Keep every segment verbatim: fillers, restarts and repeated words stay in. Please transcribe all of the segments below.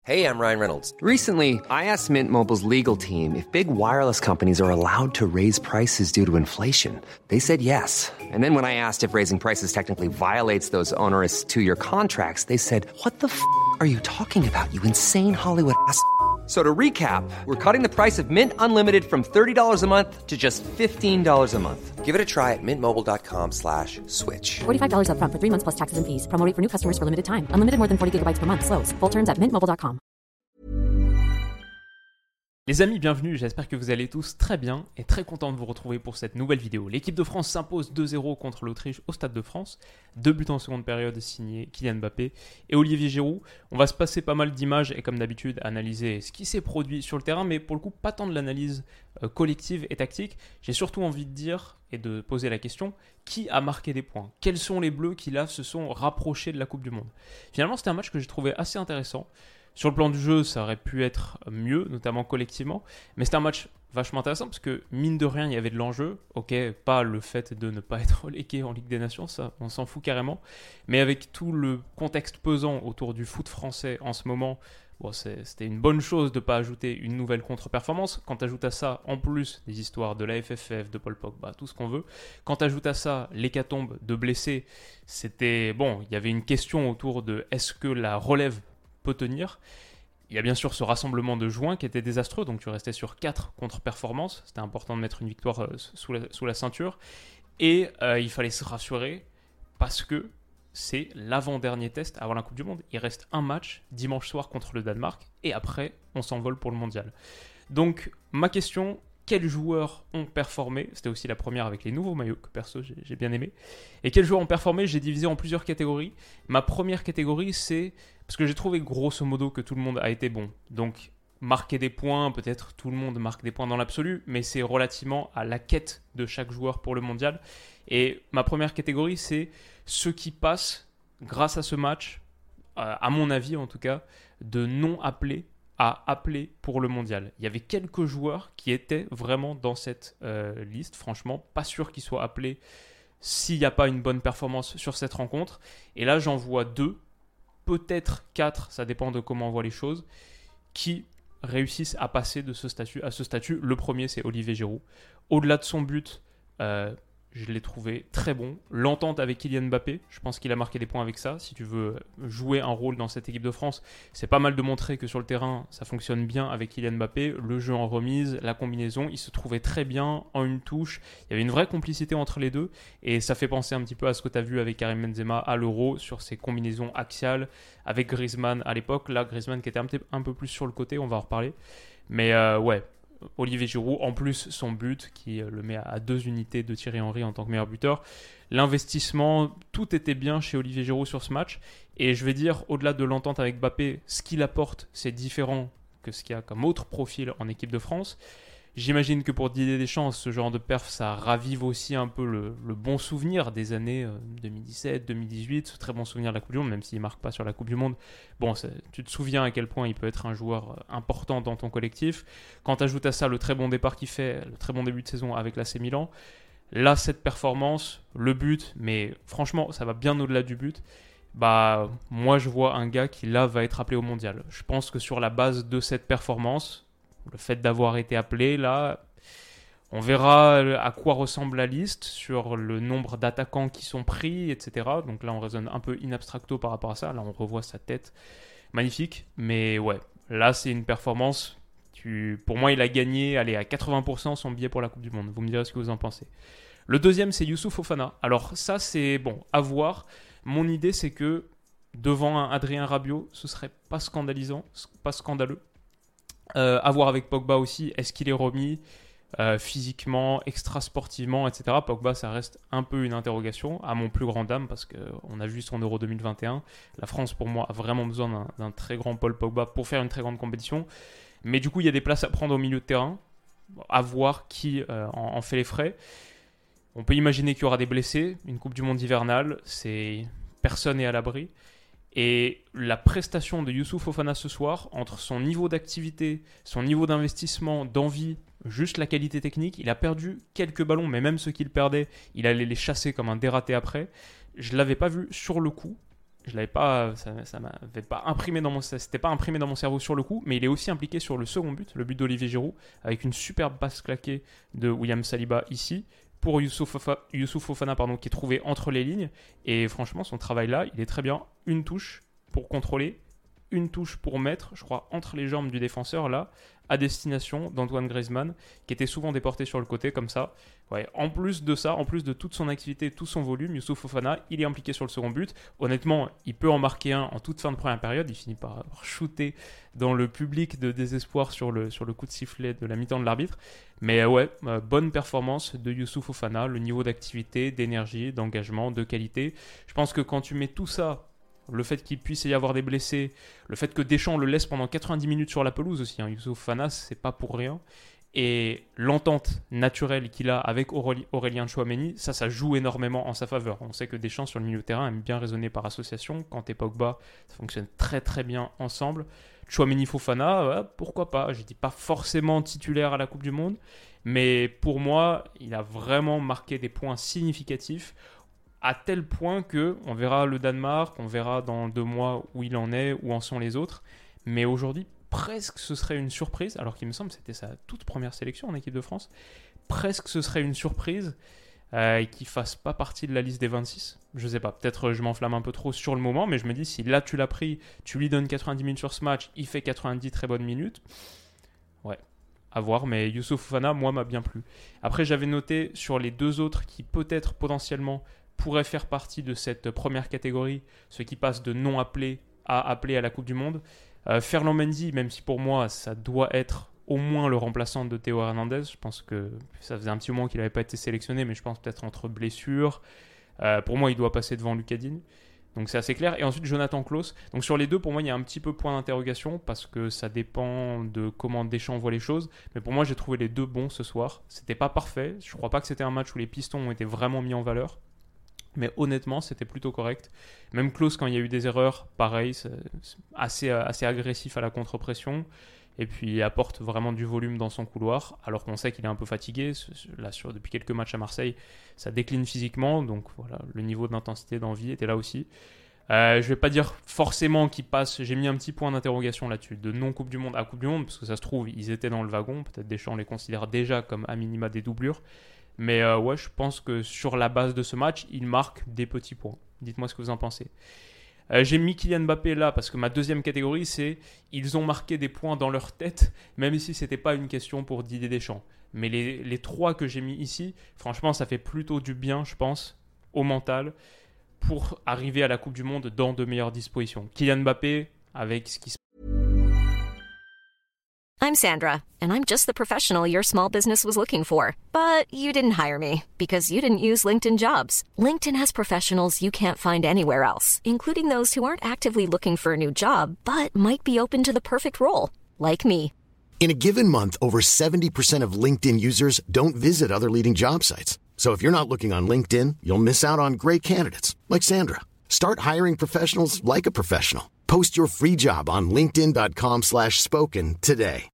Hey, I'm Ryan Reynolds. Recently, I asked Mint Mobile's legal team if big wireless companies are allowed to raise prices due to inflation. They said yes. And then when I asked if raising prices technically violates those onerous two-year contracts, they said, "What the f*** are you talking about, you insane Hollywood ass f- So to recap, we're cutting the price of Mint Unlimited from thirty dollars a month to just fifteen dollars a month. Give it a try at mintmobile.com slash switch. forty-five dollars up front for three months plus taxes and fees. Promo rate for new customers for limited time. Unlimited more than forty gigabytes per month. Slows full terms at mint mobile dot com. Les amis, bienvenue, j'espère que vous allez tous très bien et très content de vous retrouver pour cette nouvelle vidéo. L'équipe de France s'impose deux zéro contre l'Autriche au Stade de France. Deux buts en seconde période signés Kylian Mbappé et Olivier Giroud. On va se passer pas mal d'images et comme d'habitude analyser ce qui s'est produit sur le terrain, mais pour le coup pas tant de l'analyse euh, collective et tactique. J'ai surtout envie de dire et de poser la question, qui a marqué des points? Quels sont les Bleus qui là se sont rapprochés de la Coupe du Monde? Finalement c'était un match que j'ai trouvé assez intéressant. Sur le plan du jeu, ça aurait pu être mieux, notamment collectivement. Mais c'était un match vachement intéressant parce que, mine de rien, il y avait de l'enjeu. Ok, pas le fait de ne pas être relégué en Ligue des Nations, ça, on s'en fout carrément. Mais avec tout le contexte pesant autour du foot français en ce moment, bon, c'est, c'était une bonne chose de ne pas ajouter une nouvelle contre-performance. Quand tu ajoutes à ça, en plus des histoires de la F F F, de Paul Pogba, tout ce qu'on veut. Quand tu ajoutes à ça l'hécatombe de blessés, c'était... Bon, il y avait une question autour de est-ce que la relève peut tenir. Il y a bien sûr ce rassemblement de juin qui était désastreux, donc tu restais sur quatre contre-performances, c'était important de mettre une victoire euh, sous, la, sous la ceinture, et euh, il fallait se rassurer parce que c'est l'avant-dernier test avant la Coupe du Monde. Il reste un match dimanche soir contre le Danemark, et après on s'envole pour le Mondial. Donc ma question, quels joueurs ont performé? C'était aussi la première avec les nouveaux maillots que perso j'ai, j'ai bien aimé. Et quels joueurs ont performé? J'ai divisé en plusieurs catégories. Ma première catégorie, c'est parce que j'ai trouvé grosso modo que tout le monde a été bon. Donc marquer des points, peut-être tout le monde marque des points dans l'absolu, mais c'est relativement à la quête de chaque joueur pour le mondial. Et ma première catégorie, c'est ceux qui passent grâce à ce match, euh, à mon avis en tout cas, de non appelés à appeler pour le mondial. Il y avait quelques joueurs qui étaient vraiment dans cette euh, liste. Franchement, pas sûr qu'ils soient appelés s'il n'y a pas une bonne performance sur cette rencontre. Et là, j'en vois deux, peut-être quatre, ça dépend de comment on voit les choses, qui réussissent à passer de ce statut à ce statut. Le premier, c'est Olivier Giroud. Au-delà de son but, euh, je l'ai trouvé très bon. L'entente avec Kylian Mbappé, je pense qu'il a marqué des points avec ça. Si tu veux jouer un rôle dans cette équipe de France, c'est pas mal de montrer que sur le terrain, ça fonctionne bien avec Kylian Mbappé. Le jeu en remise, la combinaison, il se trouvait très bien en une touche. Il y avait une vraie complicité entre les deux et ça fait penser un petit peu à ce que tu as vu avec Karim Benzema à l'Euro sur ses combinaisons axiales avec Griezmann à l'époque. Là, Griezmann qui était un, petit, un peu plus sur le côté, on va en reparler. Mais euh, ouais... Olivier Giroud, en plus son but qui le met à deux unités de Thierry Henry en tant que meilleur buteur. L'investissement, tout était bien chez Olivier Giroud sur ce match. Et je vais dire, au-delà de l'entente avec Mbappé, ce qu'il apporte, c'est différent que ce qu'il y a comme autre profil en équipe de France. J'imagine que pour Didier Deschamps, ce genre de perf, ça ravive aussi un peu le, le bon souvenir des années deux mille dix-sept, deux mille dix-huit, ce très bon souvenir de la Coupe du Monde, même s'il ne marque pas sur la Coupe du Monde. Bon, tu te souviens à quel point il peut être un joueur important dans ton collectif. Quand tu ajoutes à ça le très bon départ qu'il fait, le très bon début de saison avec l'A C Milan, là, cette performance, le but, mais franchement, ça va bien au-delà du but. Bah, moi, je vois un gars qui, là, va être appelé au Mondial. Je pense que sur la base de cette performance, le fait d'avoir été appelé, là, on verra à quoi ressemble la liste sur le nombre d'attaquants qui sont pris, et cetera. Donc là, on raisonne un peu in abstracto par rapport à ça. Là, on revoit sa tête. Magnifique. Mais ouais, là, c'est une performance. Tu... Pour moi, il a gagné, allez, à quatre-vingts pour cent son billet pour la Coupe du Monde. Vous me direz ce que vous en pensez. Le deuxième, c'est Youssouf Fofana. Alors ça, c'est, bon, à voir. Mon idée, c'est que devant un Adrien Rabiot, ce serait pas scandalisant, pas scandaleux. Euh, à voir avec Pogba aussi, est-ce qu'il est remis euh, physiquement, extra-sportivement, et cetera. Pogba, ça reste un peu une interrogation, à mon plus grand dam, parce qu'on a vu son Euro deux mille vingt et un. La France, pour moi, a vraiment besoin d'un, d'un très grand Paul Pogba pour faire une très grande compétition. Mais du coup, il y a des places à prendre au milieu de terrain, à voir qui euh, en, en fait les frais. On peut imaginer qu'il y aura des blessés, une Coupe du Monde hivernale, c'est... personne n'est à l'abri. Et la prestation de Youssouf Fofana ce soir, entre son niveau d'activité, son niveau d'investissement, d'envie, juste la qualité technique, il a perdu quelques ballons, mais même ceux qu'il perdait, il allait les chasser comme un dératé après. Je ne l'avais pas vu sur le coup, je l'avais pas, ça, ça m'avait pas imprimé dans mon, ça s'était pas imprimé dans mon cerveau sur le coup, mais il est aussi impliqué sur le second but, le but d'Olivier Giroud, avec une superbe passe claquée de William Saliba ici, pour Youssouf Fofana, Youssouf Fofana pardon, qui est trouvé entre les lignes. Et franchement, son travail là, il est très bien. Une touche pour contrôler, une touche pour mettre, je crois, entre les jambes du défenseur là, à destination d'Antoine Griezmann, qui était souvent déporté sur le côté comme ça. Ouais, en plus de ça, en plus de toute son activité, tout son volume, Youssouf Fofana, il est impliqué sur le second but. Honnêtement, il peut en marquer un en toute fin de première période. Il finit par, par shooter dans le public de désespoir sur le, sur le coup de sifflet de la mi-temps de l'arbitre. Mais euh, ouais, euh, bonne performance de Youssouf Fofana, le niveau d'activité, d'énergie, d'engagement, de qualité. Je pense que quand tu mets tout ça, le fait qu'il puisse y avoir des blessés, le fait que Deschamps le laisse pendant quatre-vingt-dix minutes sur la pelouse aussi, hein, Youssouf Fofana, c'est pas pour rien. Et l'entente naturelle qu'il a avec Aurélien, Aurélien Tchouaméni, ça, ça joue énormément en sa faveur. On sait que Deschamps, sur le milieu de terrain, aime bien raisonner par association. Quand t'es Pogba, ça fonctionne très très bien ensemble. Tchouaméni Fofana, ouais, pourquoi pas. Je dis pas forcément titulaire à la Coupe du Monde, mais pour moi, il a vraiment marqué des points significatifs, à tel point que on verra le Danemark, on verra dans deux mois où il en est, où en sont les autres. Mais aujourd'hui, presque ce serait une surprise, alors qu'il me semble que c'était sa toute première sélection en équipe de France. Presque ce serait une surprise euh, qu'il ne fasse pas partie de la liste des vingt-six. Je sais pas, peut-être je m'enflamme un peu trop sur le moment, mais je me dis, si là tu l'as pris, tu lui donnes quatre-vingt-dix minutes sur ce match, il fait quatre-vingt-dix très bonnes minutes. Ouais, à voir, mais Youssouf Fofana, moi, m'a bien plu. Après, j'avais noté sur les deux autres qui peut-être potentiellement pourraient faire partie de cette première catégorie, ceux qui passent de non appelés à appelés à la Coupe du Monde. Euh, Ferland Mendy, même si pour moi ça doit être au moins le remplaçant de Théo Hernandez, je pense que ça faisait un petit moment qu'il n'avait pas été sélectionné, mais je pense peut-être entre blessures. Euh, pour moi, il doit passer devant Lucas Digne, donc c'est assez clair. Et ensuite Jonathan Klaus. Donc sur les deux, pour moi, il y a un petit peu point d'interrogation parce que ça dépend de comment Deschamps voit les choses. Mais pour moi, j'ai trouvé les deux bons ce soir. C'était pas parfait. Je crois pas que c'était un match où les pistons ont été vraiment mis en valeur. Mais honnêtement, c'était plutôt correct. Même Klaus, quand il y a eu des erreurs, pareil, c'est assez, assez agressif à la contre-pression. Et puis, il apporte vraiment du volume dans son couloir, alors qu'on sait qu'il est un peu fatigué. Là, sur, depuis quelques matchs à Marseille, ça décline physiquement. Donc voilà, le niveau d'intensité, d'envie était là aussi. Euh, je ne vais pas dire forcément qu'il passe. J'ai mis un petit point d'interrogation là-dessus, de non-Coupe du Monde à Coupe du Monde, parce que ça se trouve, ils étaient dans le wagon. Peut-être Deschamps les considère déjà comme à minima des doublures. Mais euh, ouais, je pense que sur la base de ce match, il marque des petits points. Dites-moi ce que vous en pensez. Euh, j'ai mis Kylian Mbappé là parce que ma deuxième catégorie, c'est ils ont marqué des points dans leur tête, même si ce n'était pas une question pour Didier Deschamps. Mais les, les trois que j'ai mis ici, franchement, ça fait plutôt du bien, je pense, au mental, pour arriver à la Coupe du Monde dans de meilleures dispositions. Kylian Mbappé, avec ce qui se I'm Sandra, and I'm just the professional your small business was looking for. But you didn't hire me because you didn't use LinkedIn Jobs. LinkedIn has professionals you can't find anywhere else, including those who aren't actively looking for a new job, but might be open to the perfect role, like me. In a given month, over seventy percent of LinkedIn users don't visit other leading job sites. So if you're not looking on LinkedIn, you'll miss out on great candidates like Sandra. Start hiring professionals like a professional. Post your free job on linkedin dot com slash spoken today.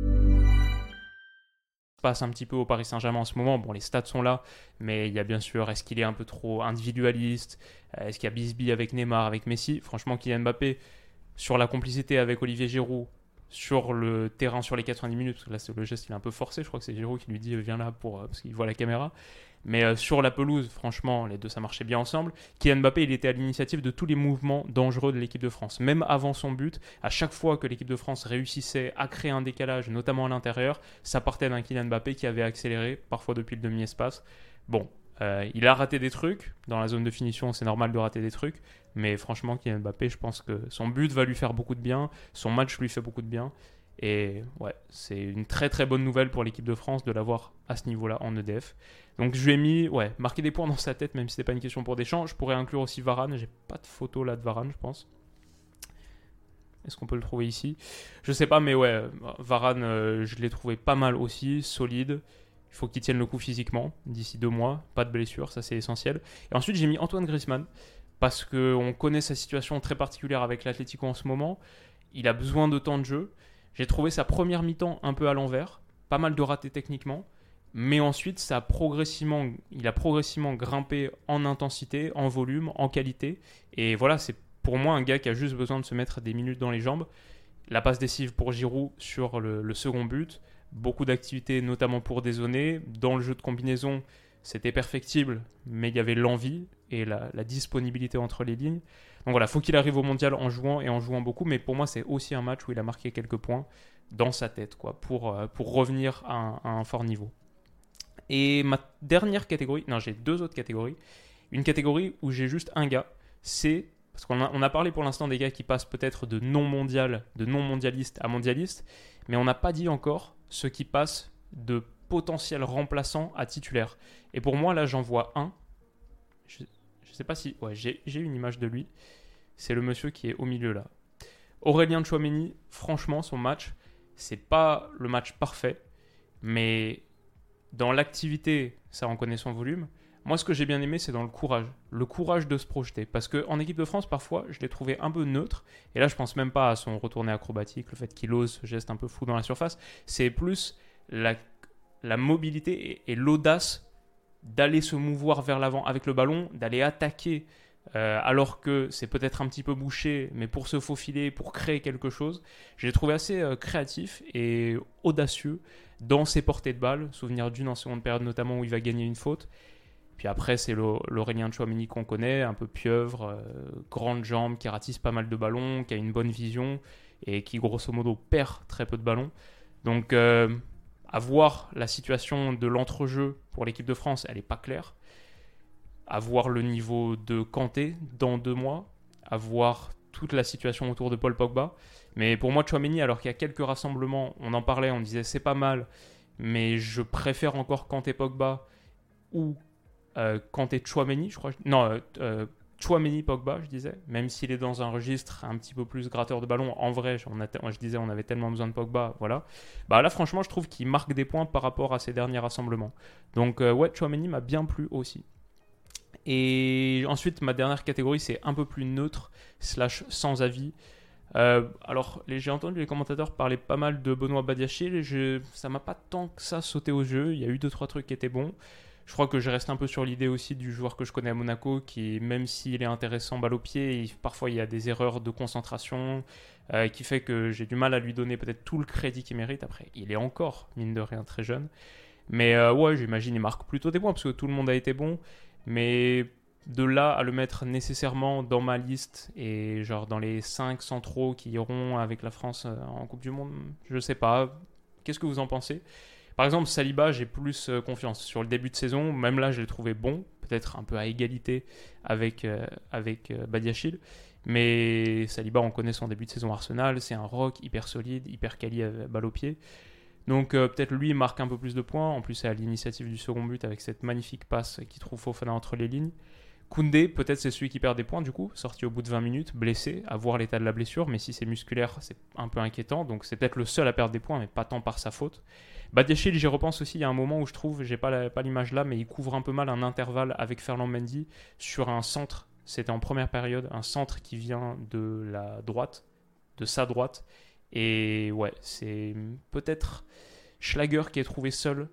Passe un petit peu au Paris Saint-Germain en ce moment. Bon, les stats sont là, mais il y a bien sûr, est-ce qu'il est un peu trop individualiste? Est-ce qu'il y a bisbille avec Neymar, avec Messi? Franchement, Kylian Mbappé, sur la complicité avec Olivier Giroud, sur le terrain sur les quatre-vingt-dix minutes, parce que là, c'est le geste, il est un peu forcé. Je crois que c'est Giroud qui lui dit viens là pour, parce qu'il voit la caméra. Mais euh, sur la pelouse, franchement, les deux, ça marchait bien ensemble. Kylian Mbappé, il était à l'initiative de tous les mouvements dangereux de l'équipe de France. Même avant son but, à chaque fois que l'équipe de France réussissait à créer un décalage, notamment à l'intérieur, ça partait d'un Kylian Mbappé qui avait accéléré, parfois depuis le demi-espace. Bon, euh, il a raté des trucs. Dans la zone de finition, c'est normal de rater des trucs. Mais franchement, Kylian Mbappé, je pense que son but va lui faire beaucoup de bien. Son match lui fait beaucoup de bien. Et ouais, c'est une très très bonne nouvelle pour l'équipe de France de l'avoir à ce niveau-là en E D F. Donc je lui ai mis, ouais, marquer des points dans sa tête, même si ce n'est pas une question pour Deschamps. Je pourrais inclure aussi Varane, j'ai pas de photo là de Varane, je pense. Est-ce qu'on peut le trouver ici? Je sais pas, mais ouais, Varane, euh, je l'ai trouvé pas mal aussi, solide. Il faut qu'il tienne le coup physiquement d'ici deux mois, pas de blessure, ça c'est essentiel. Et ensuite j'ai mis Antoine Griezmann, parce qu'on connaît sa situation très particulière avec l'Atlético en ce moment. Il a besoin de temps de jeu. J'ai trouvé sa première mi-temps un peu à l'envers, pas mal de ratés techniquement, mais ensuite ça a progressivement, il a progressivement grimpé en intensité, en volume, en qualité. Et voilà, c'est pour moi un gars qui a juste besoin de se mettre des minutes dans les jambes. La passe décisive pour Giroud sur le, le second but, beaucoup d'activités notamment pour dézonner. Dans le jeu de combinaison, c'était perfectible, mais il y avait l'envie et la, la disponibilité entre les lignes. Donc voilà, il faut qu'il arrive au mondial en jouant et en jouant beaucoup, mais pour moi c'est aussi un match où il a marqué quelques points dans sa tête quoi, pour, euh, pour revenir à un, à un fort niveau. Et ma dernière catégorie, non j'ai deux autres catégories, une catégorie où j'ai juste un gars, c'est, parce qu'on a, on a parlé pour l'instant des gars qui passent peut-être de non-mondial, de non-mondialiste à mondialiste, mais on n'a pas dit encore ceux qui passent de potentiel remplaçant à titulaire. Et pour moi là j'en vois un, je ne sais pas si, ouais j'ai, j'ai une image de lui, c'est le monsieur qui est au milieu là. Aurélien Tchouaméni, franchement son match, c'est pas le match parfait, mais dans l'activité, ça en connaît son volume. Moi, ce que j'ai bien aimé, c'est dans le courage. Le courage de se projeter. Parce qu'en équipe de France, parfois, je l'ai trouvé un peu neutre. Et là, je pense même pas à son retourné acrobatique, le fait qu'il ose ce geste un peu fou dans la surface. C'est plus la, la mobilité et, et l'audace d'aller se mouvoir vers l'avant avec le ballon, d'aller attaquer euh, alors que c'est peut-être un petit peu bouché, mais pour se faufiler, pour créer quelque chose. Je l'ai trouvé assez euh, créatif et audacieux dans ses portées de balle. Souvenir d'une en seconde période notamment où il va gagner une faute. Puis après, c'est l'Aurélien Tchouaméni qu'on connaît, un peu pieuvre, euh, grande jambe, qui ratisse pas mal de ballons, qui a une bonne vision et qui, grosso modo, perd très peu de ballons. Donc, euh, à voir la situation de l'entrejeu pour l'équipe de France, elle n'est pas claire. À voir le niveau de Kanté dans deux mois. À voir toute la situation autour de Paul Pogba. Mais pour moi, Tchouaméni, alors qu'il y a quelques rassemblements, on en parlait, on disait c'est pas mal, mais je préfère encore Kanté Pogba ou euh, Kanté Tchouaméni, je crois. Non, euh, euh, Tchouaméni Pogba, je disais, même s'il est dans un registre un petit peu plus gratteur de ballon. En vrai, on a, je disais, on avait tellement besoin de Pogba, voilà. Bah là, franchement, je trouve qu'il marque des points par rapport à ses derniers rassemblements. Donc, euh, ouais, Tchouaméni m'a bien plu aussi. Et ensuite, ma dernière catégorie, c'est un peu plus neutre, slash sans avis. Euh, alors, les, j'ai entendu les commentateurs parler pas mal de Benoît Badiachil. Je, ça m'a pas tant que ça sauté aux yeux. Il y a eu deux trois trucs qui étaient bons. Je crois que je reste un peu sur l'idée aussi du joueur que je connais à Monaco, qui, même s'il est intéressant balle au pied, il, parfois il y a des erreurs de concentration euh, qui fait que j'ai du mal à lui donner peut-être tout le crédit qu'il mérite. Après, il est encore, mine de rien, très jeune. Mais euh, ouais, j'imagine il marque plutôt des points parce que tout le monde a été bon. Mais de là à le mettre nécessairement dans ma liste et genre dans les cinq centraux qui iront avec la France en Coupe du Monde, je sais pas. Qu'est-ce que vous en pensez ? Par exemple, Saliba, j'ai plus confiance. Sur le début de saison, même là, je l'ai trouvé bon, peut-être un peu à égalité avec, euh, avec euh, Badiachil. Mais Saliba, on connaît son début de saison Arsenal, c'est un rock hyper solide, hyper quali à balle au pied. Donc euh, peut-être lui marque un peu plus de points. En plus, c'est à l'initiative du second but avec cette magnifique passe qui trouve Fofana entre les lignes. Koundé, peut-être c'est celui qui perd des points du coup, sorti au bout de vingt minutes, blessé, à voir l'état de la blessure, mais si c'est musculaire, c'est un peu inquiétant, donc c'est peut-être le seul à perdre des points, mais pas tant par sa faute. Badiachil, j'y repense aussi, il y a un moment où je trouve, j'ai pas, la, pas l'image là, mais il couvre un peu mal un intervalle avec Ferland Mendy sur un centre, c'était en première période, un centre qui vient de la droite, de sa droite, et ouais, c'est peut-être Schlager qui est trouvé seul.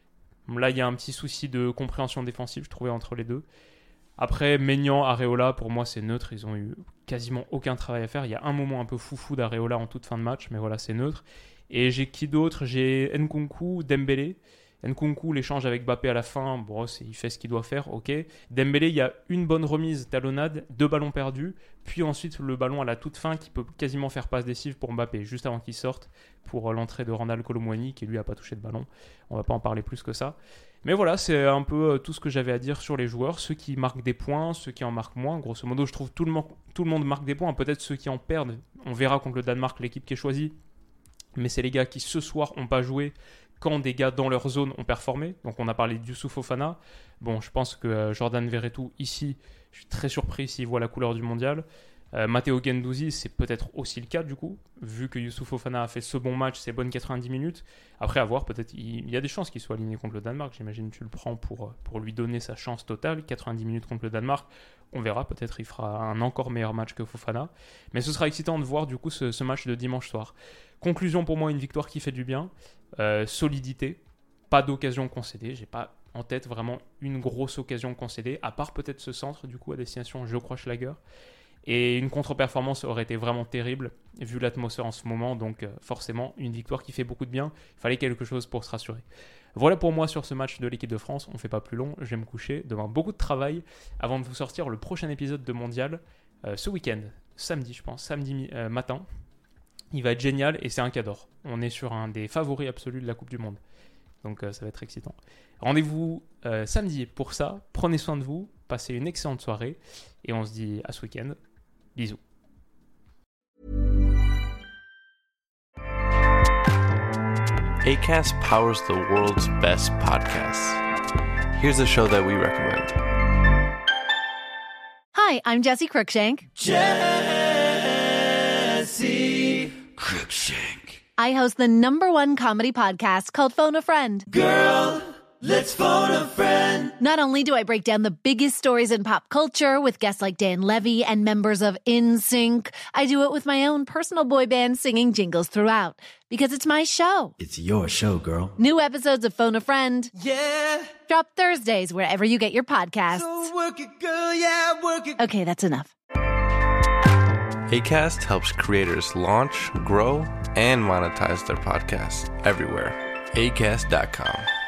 Là, il y a un petit souci de compréhension défensive, je trouvais, entre les deux. Après, Maignan, Areola, pour moi, c'est neutre. Ils ont eu quasiment aucun travail à faire. Il y a un moment un peu foufou d'Areola en toute fin de match, mais voilà, c'est neutre. Et j'ai qui d'autre ? J'ai Nkunku, Dembélé. Nkunku, l'échange avec Mbappé à la fin, bon, c'est, il fait ce qu'il doit faire, ok. Dembélé, il y a une bonne remise, talonnade, deux ballons perdus, puis ensuite le ballon à la toute fin qui peut quasiment faire passe décisive pour Mbappé, juste avant qu'il sorte pour l'entrée de Randal Kolo Muani, qui lui n'a pas touché de ballon. On va pas en parler plus que ça. Mais voilà, c'est un peu tout ce que j'avais à dire sur les joueurs, ceux qui marquent des points, ceux qui en marquent moins. Grosso modo, je trouve tout le, tout le monde marque des points, peut-être ceux qui en perdent. On verra contre le Danemark l'équipe qui est choisie, mais c'est les gars qui ce soir n'ont pas joué quand des gars dans leur zone ont performé. Donc on a parlé de Youssouf Fofana. Bon, je pense que euh, Jordan Verretou, ici, je suis très surpris s'il voit la couleur du mondial. Euh, Matteo Guendouzi, c'est peut-être aussi le cas du coup, vu que Youssouf Fofana a fait ce bon match, ces bonnes quatre-vingt-dix minutes. Après, à voir, peut-être il, il y a des chances qu'il soit aligné contre le Danemark. J'imagine que tu le prends pour, pour lui donner sa chance totale. quatre-vingt-dix minutes contre le Danemark, on verra, peut-être il fera un encore meilleur match que Fofana. Mais ce sera excitant de voir du coup ce, ce match de dimanche soir. Conclusion pour moi, une victoire qui fait du bien. Euh, solidité, pas d'occasion concédée. J'ai pas en tête vraiment une grosse occasion concédée, à part peut-être ce centre du coup à destination Geoffroy Schlager. Et une contre-performance aurait été vraiment terrible, vu l'atmosphère en ce moment. Donc euh, forcément, une victoire qui fait beaucoup de bien. Il fallait quelque chose pour se rassurer. Voilà pour moi sur ce match de l'équipe de France. On ne fait pas plus long, je vais me coucher. Demain, beaucoup de travail avant de vous sortir le prochain épisode de Mondial euh, ce week-end, samedi je pense, samedi euh, matin. Il va être génial et c'est un cador. On est sur un des favoris absolus de la Coupe du Monde. Donc euh, ça va être excitant. Rendez-vous euh, samedi pour ça. Prenez soin de vous, passez une excellente soirée et on se dit à ce week-end. Bisous. Acast powers the world's best podcasts. Here's a show that we recommend. Hi, I'm Jesse Cruikshank. Jesse Cruikshank. I host the number one comedy podcast called Phone a Friend. Girl, let's phone a friend. Not only do I break down the biggest stories in pop culture with guests like Dan Levy and members of N Sync, I do it with my own personal boy band singing jingles throughout. Because it's my show. It's your show, girl. New episodes of Phone a Friend Yeah. drop Thursdays wherever you get your podcasts. So work it, girl, yeah, work it. Okay, that's enough. Acast helps creators launch, grow, and monetize their podcasts everywhere. Acast dot com.